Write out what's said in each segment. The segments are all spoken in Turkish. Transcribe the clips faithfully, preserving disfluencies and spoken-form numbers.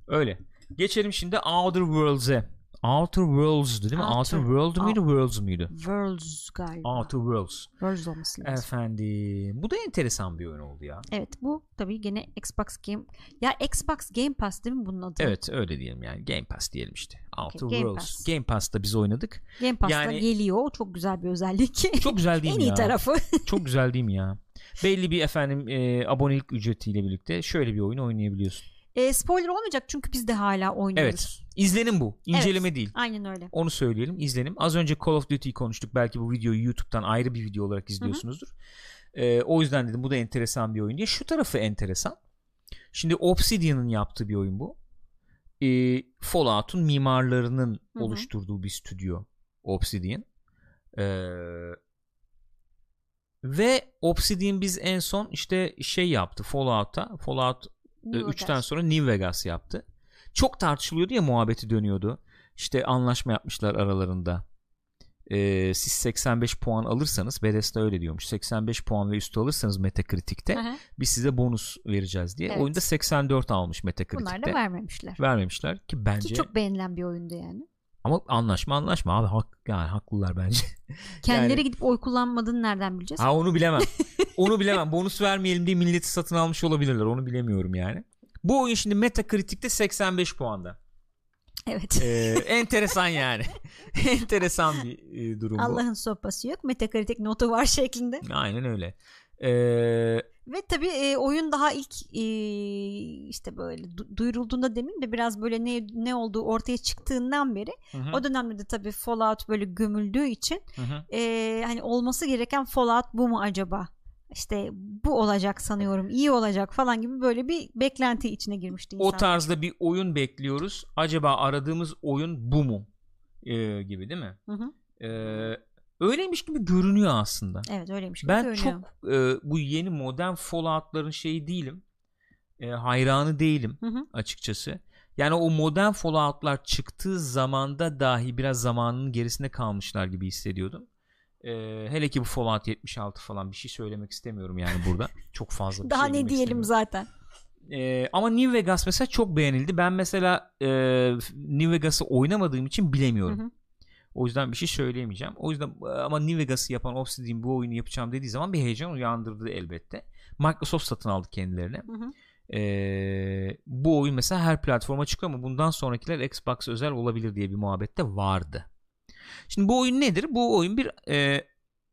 Öyle. Geçelim şimdi Outer Worlds'e. Outer Worlds'du değil mi? Outer, Outer World muydu? Out- Worlds muydu? Worlds galiba. Outer Worlds. Worlds olması lazım. Efendim. Bu da enteresan bir oyun oldu ya. Evet, bu tabii gene Xbox Game. Ya Xbox Game Pass değil mi bunun adı? Evet, öyle diyelim yani. Game Pass diyelim işte. Outer okay, Game Worlds. Pass. Game Pass'ta biz oynadık. Game Pass'ta yani, geliyor. Çok güzel bir özellik. Çok güzel değil mi en ya? iyi tarafı. Çok güzel değil mi ya? Belli bir efendim e, abonelik ücretiyle birlikte şöyle bir oyun oynayabiliyorsun. E, spoiler olmayacak çünkü biz de hala oynuyoruz. Evet. İzlenim bu. İnceleme evet, değil. Aynen öyle. Onu söyleyelim. İzlenim. Az önce Call of Duty'yi konuştuk. Belki bu videoyu YouTube'dan ayrı bir video olarak izliyorsunuzdur. E, o yüzden dedim bu da enteresan bir oyun diye. Şu tarafı enteresan. Şimdi Obsidian'ın yaptığı bir oyun bu. E, Fallout'un mimarlarının Hı-hı. oluşturduğu bir stüdyo. Obsidian. Eee Ve Obsidian biz en son işte şey yaptı Fallout'ta. Fallout üçten sonra New Vegas yaptı. Çok tartışılıyordu ya, muhabbeti dönüyordu. İşte anlaşma yapmışlar aralarında. Ee, siz seksen beş puan alırsanız, Bethesda öyle diyormuş. seksen beş puan ve üstü alırsanız Metacritic'te Aha. biz size bonus vereceğiz diye. Evet. Oyunda seksen dört almış Metacritic'te. Bunlar da vermemişler. Vermemişler ki bence. Ki çok beğenilen bir oyundu yani. Ama anlaşma anlaşma abi, hak, yani haklılar bence. Kendileri yani, gidip oy kullanmadığını nereden bileceğiz? Ha onu bilemem. Onu bilemem. Bonus vermeyelim diye milleti satın almış olabilirler. Onu bilemiyorum yani. Bu oyun şimdi Metacritic'te seksen beş puanda. Evet. Ee, enteresan yani. Enteresan bir e, durum bu. Allah'ın sopası yok. Metacritic notu var şeklinde. Aynen öyle. Eee Ve tabii e, oyun daha ilk e, işte böyle du- duyurulduğunda demeyeyim de biraz böyle ne ne olduğu ortaya çıktığından beri hı hı. o dönemde de tabii Fallout böyle gömüldüğü için hı hı. E, hani olması gereken Fallout bu mu acaba? İşte bu olacak sanıyorum, iyi olacak falan gibi böyle bir beklenti içine girmişti insanlar. O tarzda bir oyun bekliyoruz. Acaba aradığımız oyun bu mu? Ee, gibi değil mi? Hı hı. Ee, öyleymiş gibi görünüyor aslında. Evet, öyleymiş gibi ben görünüyor. Ben çok e, bu yeni modern Fallout'ların şeyi değilim. E, hayranı değilim hı hı. açıkçası. Yani o modern Fallout'lar çıktığı zamanda dahi biraz zamanının gerisinde kalmışlar gibi hissediyordum. E, hele ki bu Fallout yetmiş altı falan, bir şey söylemek istemiyorum yani burada. Çok fazla bir daha şey ne diyelim zaten. E, ama New Vegas mesela çok beğenildi. Ben mesela e, New Vegas'ı oynamadığım için bilemiyorum. Hı hı. O yüzden bir şey söyleyemeyeceğim. O yüzden ama New Vegas'ı yapan Obsidian bu oyunu yapacağım dediği zaman bir heyecan uyandırdı elbette. Microsoft satın aldı kendilerine. Hı hı. Ee, bu oyun mesela her platforma çıkıyor ama bundan sonrakiler Xbox özel olabilir diye bir muhabbet de vardı. Şimdi bu oyun nedir? Bu oyun bir e,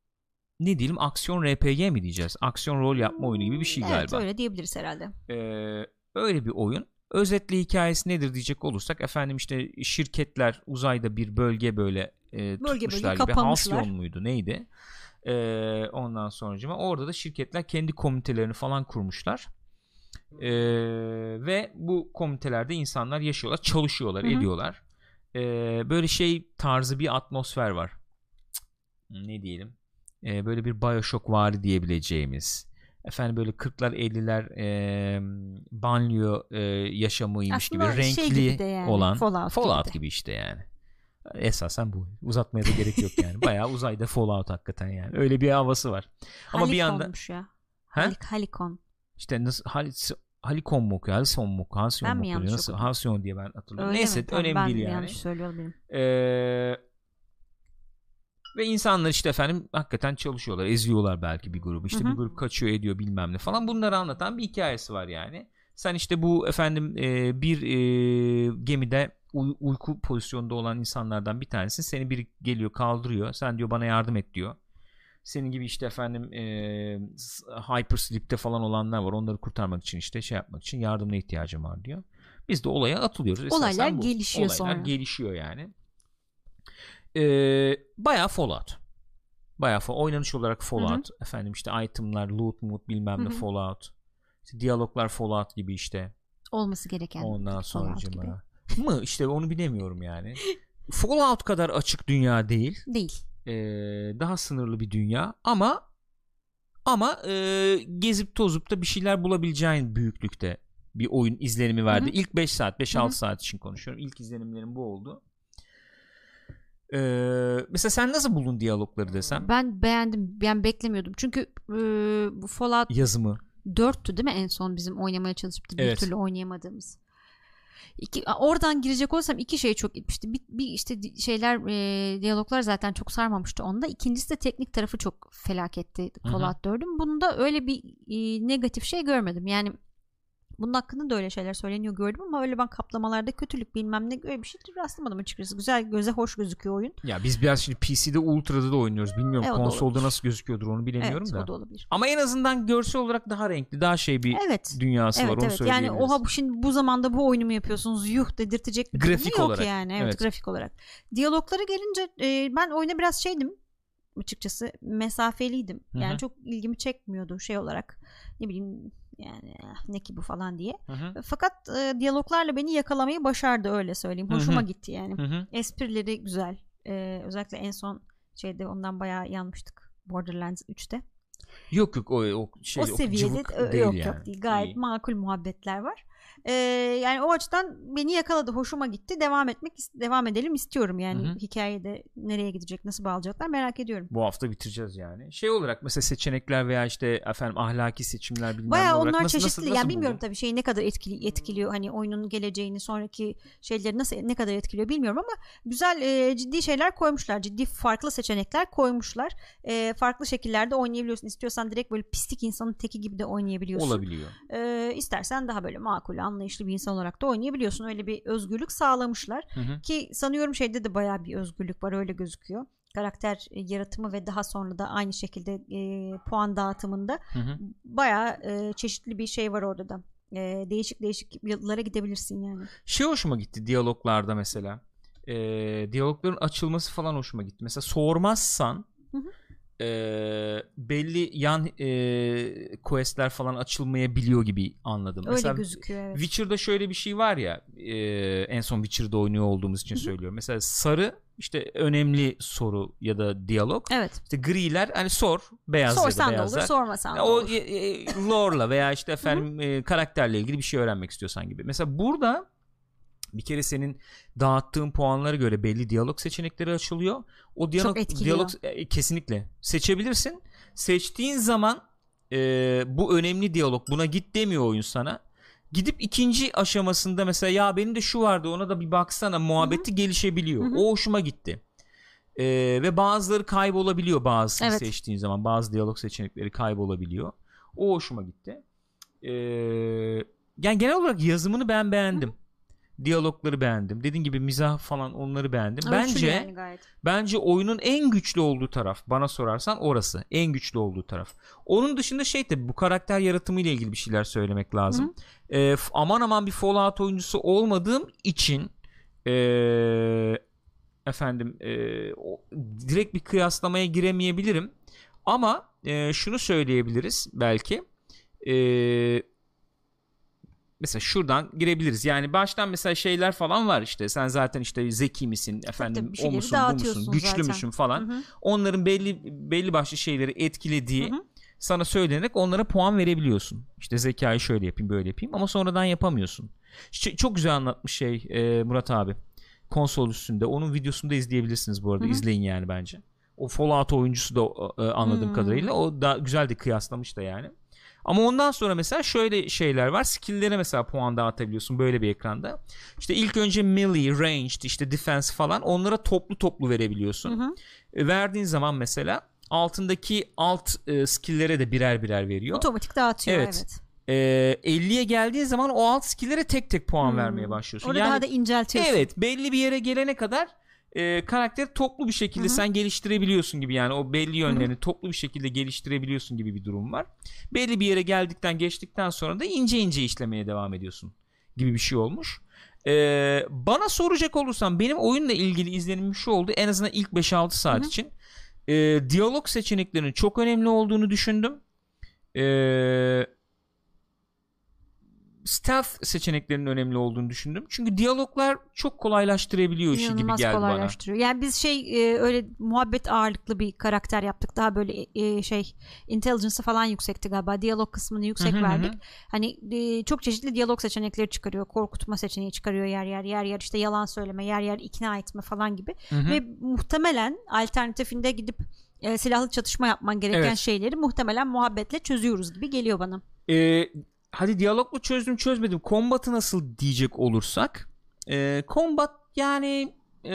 ne diyelim, aksiyon R P G mi diyeceğiz? Aksiyon rol yapma oyunu gibi bir şey evet, galiba. Evet, öyle diyebiliriz herhalde. Ee, öyle bir oyun. Özetle hikayesi nedir diyecek olursak, efendim işte şirketler uzayda bir bölge böyle e, bölge tutmuşlar bölge gibi. Halcyon muydu neydi? E, ondan sonracıma orada da şirketler kendi komitelerini falan kurmuşlar. E, ve bu komitelerde insanlar yaşıyorlar, çalışıyorlar, Hı-hı. ediyorlar. E, böyle şey tarzı bir atmosfer var. Ne diyelim? E, böyle bir BioShock vari diyebileceğimiz. Efendim böyle kırklar elliler e, banliyö e, yaşamıymış aslında gibi renkli şey gibi yani, olan Fallout, Fallout gibi, gibi işte yani. Esasen bu. Uzatmaya da gerek yok yani. Bayağı uzayda Fallout hakikaten yani. Öyle bir havası var. Ama bir yandan ya. Halik, Halikon. İşte nasıl Hal, Halikon mu okuyor? Halcyon mu okuyor? Halcyon mu okuyor? Nasıl? Halcyon diye ben hatırlıyorum. Öyle Neyse tamam, önemli değil yani. Ben yanlış söylüyorum. Eee Ve insanlar işte efendim hakikaten çalışıyorlar, eziyorlar belki bir grubu. İşte hı hı. bir grup kaçıyor ediyor bilmem ne falan. Bunları anlatan bir hikayesi var yani. Sen işte bu efendim e, bir e, gemide uy- uyku pozisyonunda olan insanlardan bir tanesin. Seni biri geliyor kaldırıyor. Sen diyor bana yardım et diyor. Senin gibi işte efendim e, hypersleep'te falan olanlar var. Onları kurtarmak için işte şey yapmak için yardımına ihtiyacım var diyor. Biz de olaya atılıyoruz. Olaylar gelişiyor Olaylar sonra. Olaylar gelişiyor yani. Ee, bayağı Fallout. Bayağı Fallout. Oynanış olarak Fallout. Hı hı. Efendim işte itemlar, loot, mood bilmem ne Fallout. İşte diyaloglar Fallout gibi işte. Olması gereken. Ondan sonra mı işte onu bilemiyorum yani. Fallout kadar açık dünya değil. Değil. Ee, daha sınırlı bir dünya ama ama e, gezip tozup da bir şeyler bulabileceğin büyüklükte bir oyun izlenimi verdi. Hı hı. İlk beş saat, beş altı saat için konuşuyorum. İlk izlenimlerim bu oldu. Ee, mesela sen nasıl buldun diyalogları desem? Ben beğendim. Ben beklemiyordum. Çünkü e, bu Fallout yazımı dörttü değil mi en son bizim oynamaya çalışıp da bir evet. türlü oynayamadığımız. İki, oradan girecek olsam iki şey çok gitmişti. Bir, bir işte şeyler e, diyaloglar zaten çok sarmamıştı onda. İkincisi de teknik tarafı çok felaketti Fallout dördün. Bunda öyle bir e, negatif şey görmedim. Yani bunun hakkında da öyle şeyler söyleniyor gördüm ama öyle ben kaplamalarda kötülük bilmem ne öyle bir şey rastlamadım açıkçası. Güzel, göze hoş gözüküyor oyun. Ya biz biraz şimdi P C'de Ultra'da da oynuyoruz. Bilmiyorum e, konsolda nasıl gözüküyordur onu bilemiyorum evet, da. O da olabilir. Ama en azından görsel olarak daha renkli, daha şey bir evet. dünyası evet, var. Onu evet. söyleyebiliriz. Yani oha bu şimdi bu zamanda bu oyunu mu yapıyorsunuz? Yuh dedirtecek bir grafik yok olarak. yani. Evet, evet, grafik olarak. Diyaloglara gelince e, ben oyuna biraz şeydim. Açıkçası mesafeliydim. Yani Hı-hı. çok ilgimi çekmiyordu şey olarak. Ne bileyim yani ne ki bu falan diye. Hı-hı. Fakat e, diyaloglarla beni yakalamayı başardı öyle söyleyeyim. Hoşuma Hı-hı. gitti yani. Hı-hı. Esprileri güzel. E, özellikle en son şeyde ondan bayağı yanmıştık. Borderlands üçte. Yok yok o, o şey o seviyede o, değil yok yani. yok değil. Gayet İyi. makul muhabbetler var. Ee, yani o açıdan beni yakaladı, hoşuma gitti. Devam etmek devam edelim istiyorum yani. Hı-hı. Hikayede nereye gidecek, nasıl bağlayacaklar merak ediyorum. Bu hafta bitireceğiz yani. Şey olarak mesela seçenekler veya işte efendim ahlaki seçimler bilmem bayağı ne olarak onlar nasıl, çeşitli nasıl, nasıl yani buldun? bilmiyorum tabii şeyi ne kadar etkili etkiliyor hani oyunun geleceğini sonraki şeyleri nasıl ne kadar etkiliyor bilmiyorum ama güzel e, ciddi şeyler koymuşlar. Ciddi farklı seçenekler koymuşlar. E, farklı şekillerde oynayabiliyorsun. İstiyorsan direkt böyle pislik insanın teki gibi de oynayabiliyorsun. Olabiliyor. E, istersen daha böyle makul, anlayışlı bir insan olarak da oynayabiliyorsun. Öyle bir özgürlük sağlamışlar. Hı hı. Ki sanıyorum şeyde de bayağı bir özgürlük var, öyle gözüküyor. Karakter e, yaratımı ve daha sonra da aynı şekilde e, puan dağıtımında hı hı. bayağı e, çeşitli bir şey var orada da. E, değişik değişik yıllara gidebilirsin yani. Şey hoşuma gitti diyaloglarda mesela. E, diyalogların açılması falan hoşuma gitti. Mesela sormazsan hı hı. E, belli yan e, questler falan açılmayabiliyor gibi anladım. Öyle mesela gözüküyor evet. Witcher'da şöyle bir şey var ya e, en son Witcher'da oynuyor olduğumuz için Hı-hı. söylüyorum. Mesela sarı işte önemli soru ya da diyalog. Evet. İşte griler hani sor beyaz Sorsan ya da beyazlar. Sorsan da olur, sormasan da o, olur. O e, lore'la veya işte efendim e, karakterle ilgili bir şey öğrenmek istiyorsan gibi. Mesela burada bir kere senin dağıttığın puanlara göre belli diyalog seçenekleri açılıyor. O diyalog, diyalog e, kesinlikle seçebilirsin. Seçtiğin zaman e, bu önemli diyalog, buna git demiyor oyun sana. Gidip ikinci aşamasında mesela ya benim de şu vardı ona da bir baksana muhabbeti Hı-hı. gelişebiliyor. Hı-hı. O hoşuma gitti. E, ve bazıları kaybolabiliyor bazısını evet. seçtiğin zaman. Bazı diyalog seçenekleri kaybolabiliyor. O hoşuma gitti. E, yani genel olarak yazımını ben beğendim. Hı-hı. Diyalogları beğendim. Dediğin gibi mizah falan onları beğendim. Ölçülü bence yani bence oyunun en güçlü olduğu taraf bana sorarsan orası. En güçlü olduğu taraf. Onun dışında şey tabii bu karakter yaratımı ile ilgili bir şeyler söylemek lazım. Ee, aman aman bir Fallout oyuncusu olmadığım için ee, efendim ee, o, direkt bir kıyaslamaya giremeyebilirim. Ama ee, şunu söyleyebiliriz belki. Eee mesela şuradan girebiliriz. Yani baştan mesela şeyler falan var işte. Sen zaten işte zeki misin, efendim o musun, bu musun, güçlü zaten. müsün falan. Hı hı. Onların belli belli başlı şeyleri etkilediği hı hı. sana söylenerek onlara puan verebiliyorsun. İşte zekayı şöyle yapayım, böyle yapayım ama sonradan yapamıyorsun. Ç- çok güzel anlatmış şey e, Murat abi. Konsol üstünde. Onun videosunu da izleyebilirsiniz bu arada. Hı hı. İzleyin yani bence. O Fallout oyuncusu da e, anladığım hı. kadarıyla o da güzel de kıyaslamış da yani. Ama ondan sonra mesela şöyle şeyler var. Skill'lere mesela puan dağıtabiliyorsun böyle bir ekranda. İşte ilk önce melee, ranged, işte defense falan onlara toplu toplu verebiliyorsun. Hı hı. E, verdiğin zaman mesela altındaki alt e, skill'lere de birer birer veriyor. Otomatik dağıtıyor evet. evet. E, elliye geldiğin zaman o alt skill'lere tek tek puan hmm. vermeye başlıyorsun. Orada yani, daha da inceltiyorsun. Evet, belli bir yere gelene kadar e, karakteri toplu bir şekilde Hı-hı. sen geliştirebiliyorsun gibi, yani o belli yönlerini Hı-hı. toplu bir şekilde geliştirebiliyorsun gibi bir durum var. Belli bir yere geldikten geçtikten sonra da ince ince işlemeye devam ediyorsun gibi bir şey olmuş. Ee, bana soracak olursan benim oyunla ilgili izlenimim şu oldu, en azından ilk beş altı saat Hı-hı. için e, diyalog seçeneklerinin çok önemli olduğunu düşündüm. Eee stealth seçeneklerinin önemli olduğunu düşündüm. Çünkü diyaloglar çok kolaylaştırabiliyor işi gibi geldi kolaylaştırıyor. bana. Yani biz şey e, öyle muhabbet ağırlıklı bir karakter yaptık. Daha böyle e, şey intelligence'ı falan yüksekti galiba. Diyalog kısmını yüksek Hı-hı. verdik. Hani e, çok çeşitli diyalog seçenekleri çıkarıyor. Korkutma seçeneği çıkarıyor yer yer. Yer yer işte yalan söyleme, yer yer ikna etme falan gibi. Hı-hı. Ve muhtemelen alternatifinde gidip e, silahlı çatışma yapman gereken evet. şeyleri muhtemelen muhabbetle çözüyoruz gibi geliyor bana. Eee hadi diyalogla çözdüm çözmedim. Combat'ı nasıl diyecek olursak, e, combat yani e,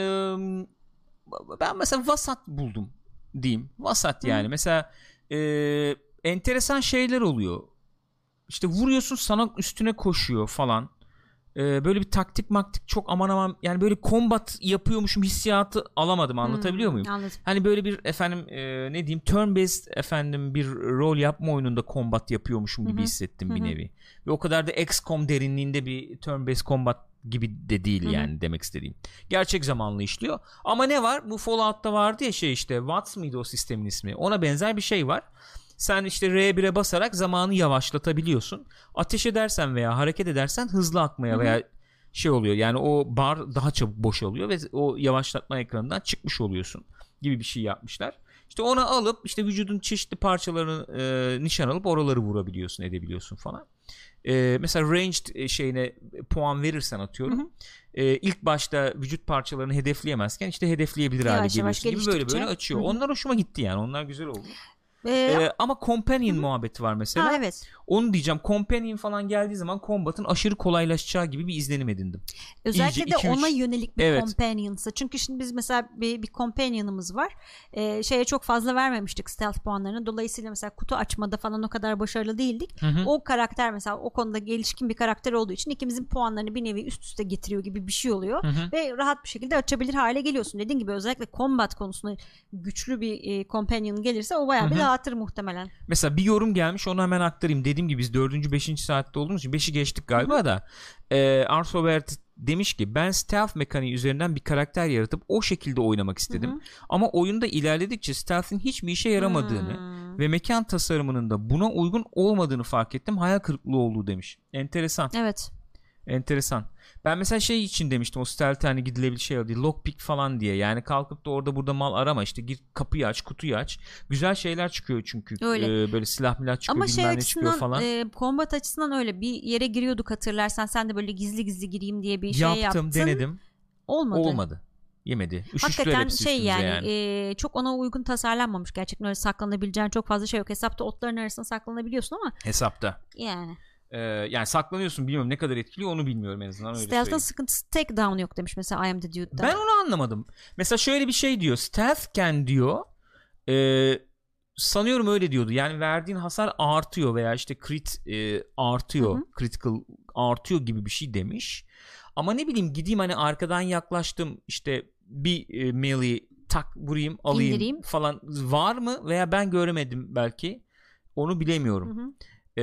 ben mesela vasat buldum diyeyim. Vasat yani. Hı. Mesela e, enteresan şeyler oluyor. İşte vuruyorsun sana üstüne koşuyor falan. Ee, böyle bir taktik maktik çok aman aman yani böyle combat yapıyormuşum hissiyatı alamadım, anlatabiliyor hmm, muyum? Anladım. Hani böyle bir efendim e, ne diyeyim turn based efendim bir rol yapma oyununda combat yapıyormuşum gibi Hı-hı. hissettim Hı-hı. bir nevi. Ve o kadar da X COM derinliğinde bir turn based combat gibi de değil Hı-hı. yani demek istediğim. Gerçek zamanlı işliyor. Ama ne var? Bu Fallout'ta vardı ya şey işte Watts mıydı o sistemin ismi? Ona benzer bir şey var. Sen işte R bir'e basarak zamanı yavaşlatabiliyorsun. Ateş edersen veya hareket edersen hızlı akmaya Hı-hı. veya şey oluyor. Yani o bar daha çabuk boşalıyor ve o yavaşlatma ekranından çıkmış oluyorsun gibi bir şey yapmışlar. İşte onu alıp işte vücudun çeşitli parçalarını e, nişan alıp oraları vurabiliyorsun, edebiliyorsun falan. E, mesela ranged şeyine puan verirsen atıyorum. E, ilk başta vücut parçalarını hedefleyemezken işte hedefleyebilir hale geliyorsun gibi böyle böyle açıyor. Hı-hı. Onlar hoşuma gitti yani. Onlar güzel oldu. Ee, ee, ama companion Hı-hı. muhabbeti var mesela. Ha, evet. Onu diyeceğim. Companion falan geldiği zaman combat'ın aşırı kolaylaşacağı gibi bir izlenim edindim. Özellikle İyice de iki, ona üç... yönelik bir evet. companion'sa. Çünkü şimdi biz mesela bir, bir companion'ımız var. Ee, şeye çok fazla vermemiştik stealth puanlarını. Dolayısıyla mesela kutu açmada falan o kadar başarılı değildik. Hı-hı. O karakter mesela o konuda gelişkin bir karakter olduğu için ikimizin puanlarını bir nevi üst üste getiriyor gibi bir şey oluyor. Hı-hı. Ve rahat bir şekilde açabilir hale geliyorsun. Dediğin gibi özellikle combat konusunda güçlü bir e, companion gelirse o bayağı Hı-hı. bir dağıtır muhtemelen. Mesela bir yorum gelmiş, onu hemen aktarayım. Dediğim gibi biz dördüncü beşinci saatte olduğumuz için beşi geçtik galiba Hı-hı. da e, Arsovert demiş ki ben stealth mekaniği üzerinden bir karakter yaratıp o şekilde oynamak istedim. Hı-hı. Ama oyunda ilerledikçe stealth'in hiçbir işe yaramadığını Hı-hı. ve mekan tasarımının da buna uygun olmadığını fark ettim. Hayal kırıklığı oldu demiş. Enteresan. Evet. Enteresan. Ben mesela şey için demiştim, o stealth hani gidilebilir şey değil, lockpick falan diye. Yani kalkıp da orada burada mal arama, işte gir kapıyı aç, kutuyu aç. Güzel şeyler çıkıyor çünkü. Ee, böyle silah milah çıkıyor, ama bilmem şey ne çıkıyor falan. E, combat açısından öyle bir yere giriyorduk hatırlarsan, sen de böyle gizli gizli gireyim diye bir Yaptım, şey yaptın. Yaptım, denedim. Olmadı. Olmadı. Yemedi. Hakikaten şey yani, yani. E, çok ona uygun tasarlanmamış. Gerçekten öyle saklanabileceğin çok fazla şey yok. Hesapta otların arasında saklanabiliyorsun ama. Hesapta. Yani. Ee, yani saklanıyorsun, bilmiyorum ne kadar etkili onu bilmiyorum en azından, öyle Stealth'ın sıkıntısı takedown yok demiş mesela I Am The Dude'da. Ben onu anlamadım. Mesela şöyle bir şey diyor, stealthken diyor e, sanıyorum öyle diyordu, yani verdiğin hasar artıyor veya işte crit e, artıyor, hı hı. critical artıyor gibi bir şey demiş. Ama ne bileyim, gideyim hani arkadan yaklaştım işte bir e, melee tak vurayım alayım İndireyim. falan var mı veya ben göremedim belki, onu bilemiyorum. Hı hı.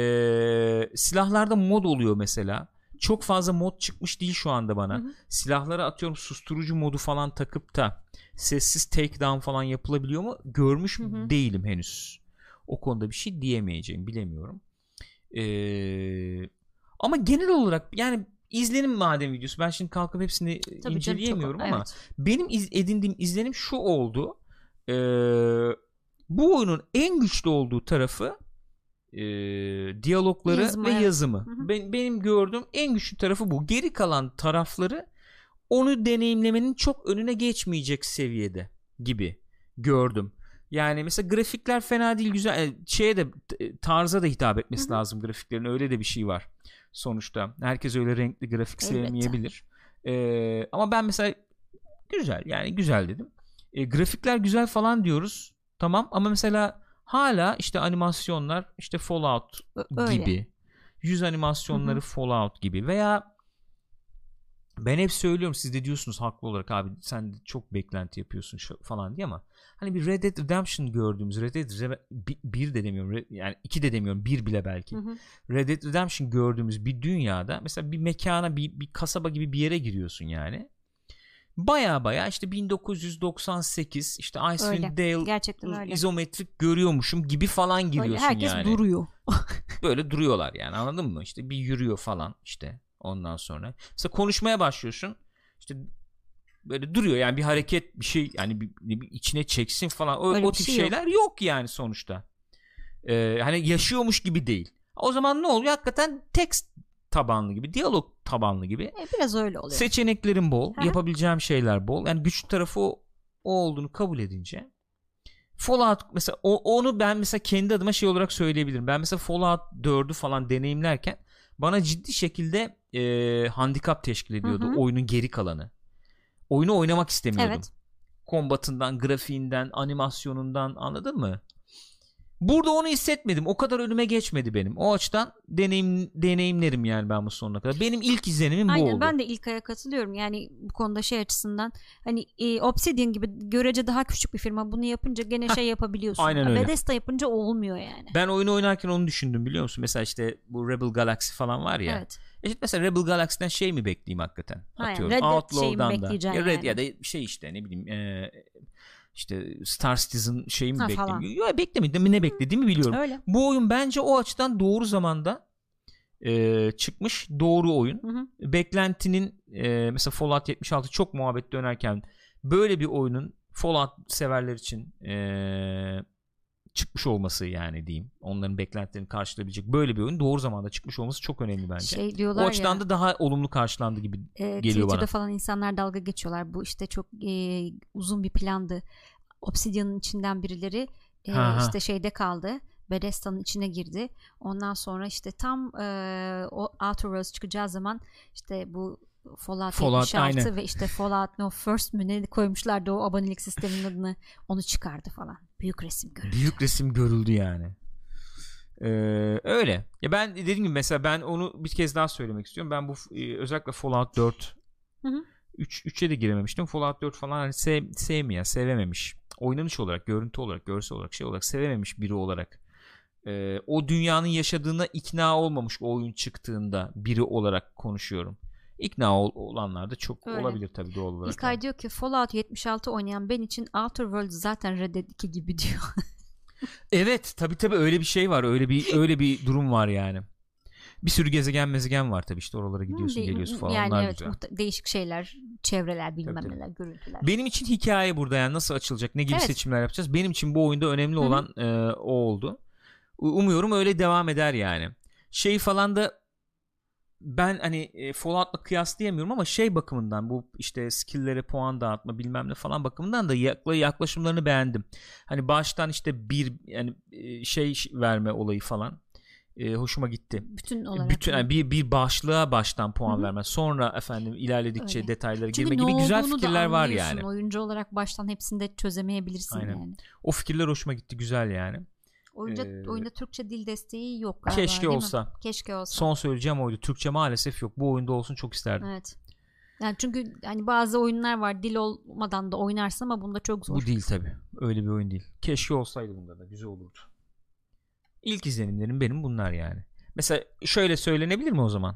Ee, silahlarda mod oluyor mesela. Çok fazla mod çıkmış değil şu anda bana. Hı hı. Silahlara atıyorum susturucu modu falan takıp da sessiz takedown falan yapılabiliyor mu? Görmüş hı hı. değilim henüz. O konuda bir şey diyemeyeceğim, bilemiyorum. Ee, ama genel olarak yani izlenim madem videosu, ben şimdi kalkıp hepsini Tabii inceleyemiyorum canım, çok, ama evet. benim iz, edindiğim izlenim şu oldu. Ee, bu oyunun en güçlü olduğu tarafı E, diyalogları Yazma, ve evet. yazımı. Hı hı. Ben, benim gördüğüm en güçlü tarafı bu. Geri kalan tarafları onu deneyimlemenin çok önüne geçmeyecek seviyede gibi gördüm. Yani mesela grafikler fena değil, güzel. Şeye de, tarza da hitap etmesi hı hı. lazım grafiklerin. Öyle de bir şey var sonuçta. Herkes öyle renkli grafik Elbette. sevmeyebilir. E, ama ben mesela güzel, yani güzel dedim. E, grafikler güzel falan diyoruz. Tamam, ama mesela hala işte animasyonlar işte Fallout Öyle. gibi, yüz animasyonları Hı-hı. Fallout gibi veya ben hep söylüyorum, siz de diyorsunuz haklı olarak abi sen de çok beklenti yapıyorsun falan diye, ama hani bir Red Dead Redemption gördüğümüz, Red Dead bir de demiyorum yani iki de demiyorum, bir bile belki Hı-hı. Red Dead Redemption gördüğümüz bir dünyada mesela bir mekana, bir, bir kasaba gibi bir yere giriyorsun yani. Baya baya işte bin dokuz yüz doksan sekiz işte Icewind Dale izometrik görüyormuşum gibi falan giriyorsun. Öyle, herkes yani. duruyor. Böyle duruyorlar yani, anladın mı? İşte bir yürüyor falan işte ondan sonra. Mesela konuşmaya başlıyorsun. İşte böyle duruyor yani, bir hareket, bir şey yani bir, bir içine çeksin falan. O, o tip şey şeyler yok. yok yani sonuçta. Ee, hani yaşıyormuş gibi değil. O zaman ne oluyor? Hakikaten text tabanlı gibi, diyalog tabanlı gibi. E, biraz öyle oluyor. Seçeneklerin bol, Hı-hı. yapabileceğim şeyler bol. Yani güçlü tarafı o, o olduğunu kabul edince Fallout mesela o, onu ben mesela kendi adıma şey olarak söyleyebilirim. Ben mesela Fallout dördü falan deneyimlerken bana ciddi şekilde e, handikap teşkil ediyordu, hı hı, oyunun geri kalanı. Oyunu oynamak istemiyordum. Evet. Kombatından, grafiğinden, animasyonundan, anladın mı? Burada onu hissetmedim. O kadar önüme geçmedi benim. O açıdan deneyim deneyimlerim yani ben bu sonuna kadar. Benim ilk izlenimim bu Aynen, oldu. Ben de İlkay'a katılıyorum. Yani bu konuda şey açısından hani e, Obsidian gibi görece daha küçük bir firma bunu yapınca gene Heh, şey yapabiliyorsun. Aynen öyle. Bethesda yapınca olmuyor yani. Ben oyunu oynarken onu düşündüm, biliyor musun? Mesela işte bu Rebel Galaxy falan var ya. Evet. İşte mesela Rebel Galaxy'den şey mi bekleyeyim hakikaten? Atıyorum. Red Outlaw'dan da. Ya Red yani. Ya da şey işte ne bileyim eee İşte Star Citizen şeyi mi beklemiyor? Yok, beklemedim. Ne beklediğimi biliyorum. Öyle. Bu oyun bence o açıdan doğru zamanda e, çıkmış. Doğru oyun. Hı hı. Beklentinin e, mesela Fallout yetmiş altı çok muhabbet dönerken böyle bir oyunun Fallout severler için e, çıkmış olması, yani diyeyim. Onların beklentilerini karşılayabilecek böyle bir oyun doğru zamanda çıkmış olması çok önemli bence. Şey diyorlar o açıdan ya, da daha olumlu karşılandı gibi e, geliyor Twitter'da bana. Twitter'da falan insanlar dalga geçiyorlar. Bu işte çok e, uzun bir plandı. Obsidian'ın içinden birileri e, işte şeyde kaldı. Bethesda'nın içine girdi. Ondan sonra işte tam e, o Outer Worlds çıkacağı zaman işte bu Fallout, Fallout yetmiş altı aynen. Ve işte Fallout No First mü ne koymuşlardı o abonelik sisteminin adını, onu çıkardı falan. Büyük resim görüldü. Büyük resim görüldü yani. Ee, öyle. Ya ben dediğim gibi mesela ben onu bir kez daha söylemek istiyorum. Ben bu e, özellikle Fallout dört hı hı. üç üçe de girememiştim. Fallout dört falan hani sev, sevmeyen, sevememiş. Oynanış olarak, görüntü olarak, görsel olarak, şey olarak sevememiş biri olarak. Ee, o dünyanın yaşadığına ikna olmamış o oyun çıktığında biri olarak konuşuyorum. İkna ol, olanlar da çok öyle olabilir tabii doğal olarak. İlkay yani diyor ki Fallout yetmiş altı oynayan ben için Outer Worlds zaten Red Dead iki gibi diyor. Evet, tabii tabii öyle bir şey var. Öyle bir öyle bir durum var yani. Bir sürü gezegen mezegen var tabii, işte oralara gidiyorsun, hmm, geliyorsun falan. Yani onlar evet, güzel. Değişik şeyler, çevreler, bilmem tabii, neler, görüntüler. Benim için hikaye burada, yani nasıl açılacak, ne gibi evet. seçimler yapacağız. Benim için bu oyunda önemli Hı-hı. olan e, o oldu. Umuyorum öyle devam eder yani. Şey falan da ben hani e, Fallout'la kıyaslayamıyorum ama şey bakımından, bu işte skill'lere puan dağıtma bilmem ne falan bakımından da yakla, yaklaşımlarını beğendim. Hani baştan işte bir yani şey verme olayı falan e, hoşuma gitti. Bütün olarak. Bütün yani bir bir başlığa baştan puan Hı-hı. verme. Sonra efendim ilerledikçe öyle detaylara girme gibi güzel fikirler var yani. Oyuncu olarak baştan hepsini de çözemeyebilirsin. Aynen. Yani. O fikirler hoşuma gitti, güzel yani. Oyunda, ee, oyunda Türkçe dil desteği yok galiba. Keşke olsa. Mi? Keşke olsa. Son söyleyeceğim oydu. Türkçe maalesef yok. Bu oyunda olsun, çok isterdim. Evet. Yani çünkü hani bazı oyunlar var dil olmadan da oynarsın ama bunda çok zor. Bu değil tabii. Öyle bir oyun değil. Keşke olsaydı bunda da. Güzel olurdu. İlk izlenimlerim benim bunlar yani. Mesela şöyle söylenebilir mi o zaman?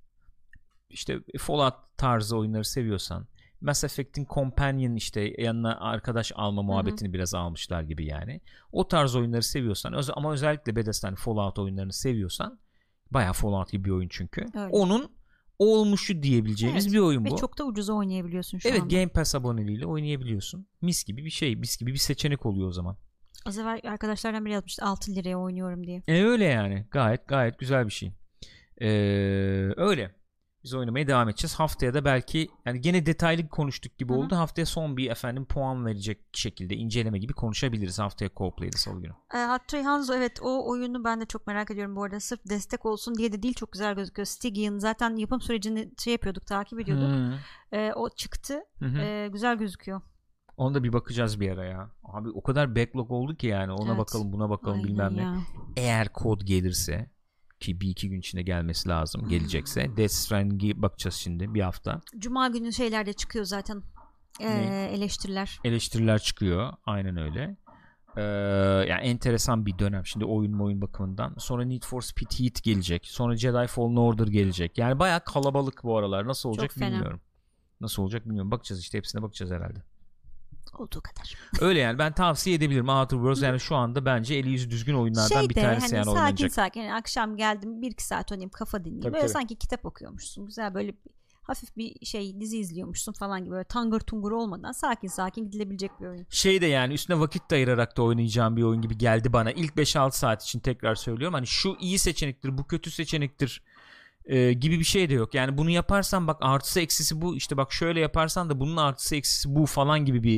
İşte Fallout tarzı oyunları seviyorsan, Mass Effect'in Companion, işte yanına arkadaş alma muhabbetini Hı-hı. biraz almışlar gibi yani. O tarz oyunları seviyorsan ama özellikle Bethesda'nın Fallout oyunlarını seviyorsan, bayağı Fallout gibi bir oyun çünkü. Öyle. Onun olmuşu diyebileceğimiz evet. bir oyun bu. Ve çok da ucuza oynayabiliyorsun şu evet, anda. Evet, Game Pass aboneliğiyle oynayabiliyorsun. Mis gibi bir şey, mis gibi bir seçenek oluyor o zaman. Az evvel arkadaşlardan biri yazmıştı altı liraya oynuyorum diye. E öyle yani. Gayet gayet güzel bir şey. Ee, öyle. Biz oynamaya devam edeceğiz. Haftaya da belki, yani gene detaylı konuştuk gibi Hı-hı. oldu. Haftaya son bir efendim puan verecek şekilde inceleme gibi konuşabiliriz. Haftaya Co-Play'de salı günü. E, Hattori Hanzo, evet, o oyunu ben de çok merak ediyorum bu arada. Sırf destek olsun diye de değil, çok güzel gözüküyor. Stygian zaten yapım sürecini şey yapıyorduk, takip ediyorduk. E, o çıktı. E, güzel gözüküyor. Ona da bir bakacağız bir ara ya. Abi o kadar backlog oldu ki yani. Ona evet. bakalım, buna bakalım, Aynen bilmem ya. ne. Eğer kod gelirse, ki bir iki gün içinde gelmesi lazım, gelecekse. Death Stranding'e bakacağız şimdi bir hafta. Cuma günü şeyler de çıkıyor zaten. Ee, eleştiriler. Eleştiriler çıkıyor. Aynen öyle. Ee, yani enteresan bir dönem şimdi oyun oyun bakımından. Sonra Need for Speed Heat gelecek. Sonra Jedi Fallen Order gelecek. Yani bayağı kalabalık bu aralar. Nasıl olacak Çok bilmiyorum. Fena. Nasıl olacak bilmiyorum. Bakacağız işte, hepsine bakacağız herhalde. Olduğu kadar. Öyle yani, ben tavsiye edebilirim. Outer Worlds yani şu anda bence eli yüzü düzgün oyunlardan Şeyde, bir tanesi hani yani oynanacak. Sakin sakin yani akşam geldim bir iki saat oynayayım, kafa dinleyeyim. Tabii, böyle tabii. Sanki kitap okuyormuşsun. Güzel böyle hafif bir şey, dizi izliyormuşsun falan gibi, böyle tangır tungur olmadan sakin sakin gidilebilecek bir oyun. Şey de yani üstüne vakit de ayırarak da oynayacağım bir oyun gibi geldi bana. İlk beş altı saat için tekrar söylüyorum. Hani şu iyi seçenektir, bu kötü seçenektir e, gibi bir şey de yok. Yani bunu yaparsan bak artısı eksisi bu, işte bak şöyle yaparsan da bunun artısı eksisi bu falan gibi bir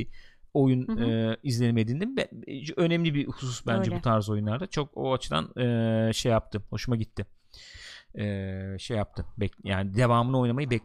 oyun hı hı. E, izlenimi edindim. Be, önemli bir husus bence öyle. Bu tarz oyunlarda. Çok o açıdan e, şey yaptım. Hoşuma gitti. E, şey yaptım. Bek, yani devamını oynamayı bek,